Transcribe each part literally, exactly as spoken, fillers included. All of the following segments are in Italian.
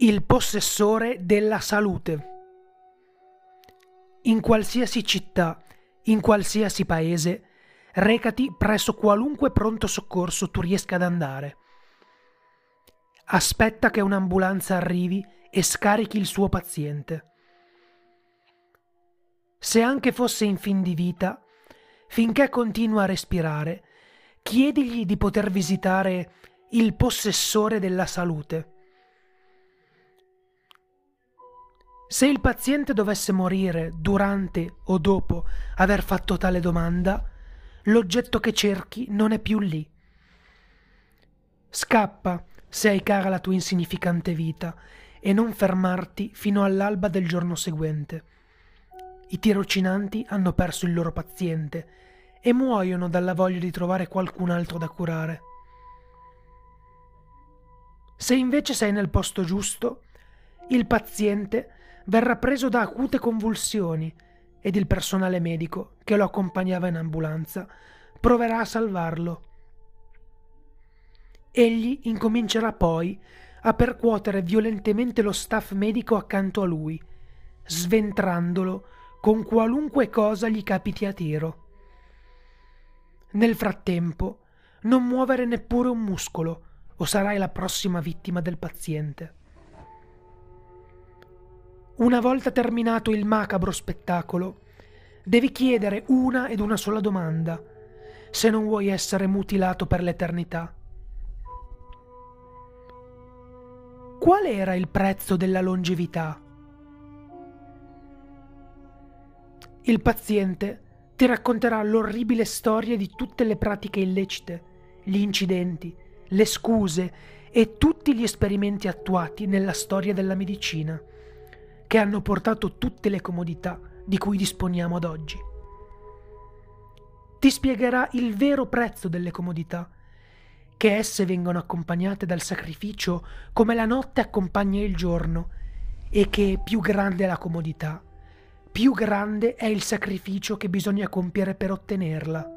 Il possessore della salute. In qualsiasi città, in qualsiasi paese, recati presso qualunque pronto soccorso tu riesca ad andare. Aspetta che un'ambulanza arrivi e scarichi il suo paziente. Se anche fosse in fin di vita, finché continua a respirare, chiedigli di poter visitare il possessore della salute. Se il paziente dovesse morire durante o dopo aver fatto tale domanda, l'oggetto che cerchi non è più lì. Scappa se hai cara la tua insignificante vita e non fermarti fino all'alba del giorno seguente. I tirocinanti hanno perso il loro paziente e muoiono dalla voglia di trovare qualcun altro da curare. Se invece sei nel posto giusto, il paziente verrà preso da acute convulsioni ed il personale medico che lo accompagnava in ambulanza proverà a salvarlo. Egli incomincerà poi a percuotere violentemente lo staff medico accanto a lui, sventrandolo con qualunque cosa gli capiti a tiro. Nel frattempo, non muovere neppure un muscolo o sarai la prossima vittima del paziente. Una volta terminato il macabro spettacolo, devi chiedere una ed una sola domanda, se non vuoi essere mutilato per l'eternità. Qual era il prezzo della longevità? Il paziente ti racconterà l'orribile storia di tutte le pratiche illecite, gli incidenti, le scuse e tutti gli esperimenti attuati nella storia della medicina, che hanno portato tutte le comodità di cui disponiamo ad oggi. Ti spiegherà il vero prezzo delle comodità, che esse vengono accompagnate dal sacrificio come la notte accompagna il giorno, e che più grande è la comodità, più grande è il sacrificio che bisogna compiere per ottenerla.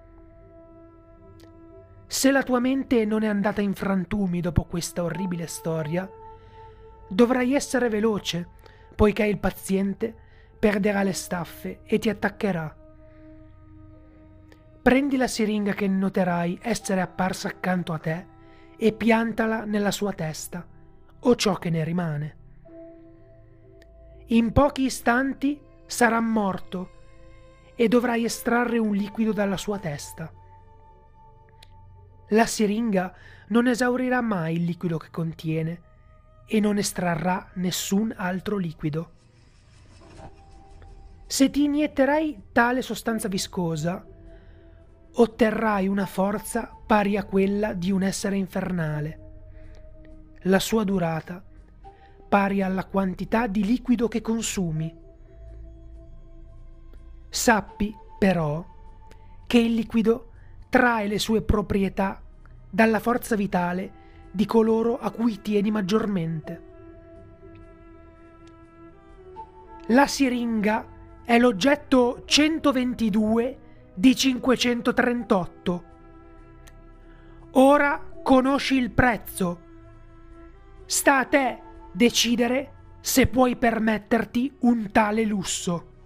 Se la tua mente non è andata in frantumi dopo questa orribile storia, dovrai essere veloce, poiché il paziente perderà le staffe e ti attaccherà. Prendi la siringa che noterai essere apparsa accanto a te e piantala nella sua testa, o ciò che ne rimane. In pochi istanti sarà morto e dovrai estrarre un liquido dalla sua testa. La siringa non esaurirà mai il liquido che contiene e non estrarrà nessun altro liquido. Se ti inietterai tale sostanza viscosa, otterrai una forza pari a quella di un essere infernale. La sua durata pari alla quantità di liquido che consumi. Sappi, però, che il liquido trae le sue proprietà dalla forza vitale di coloro a cui tieni maggiormente. La siringa è l'oggetto centoventidue di cinquecentotrentotto. Ora conosci il prezzo. Sta a te decidere se puoi permetterti un tale lusso.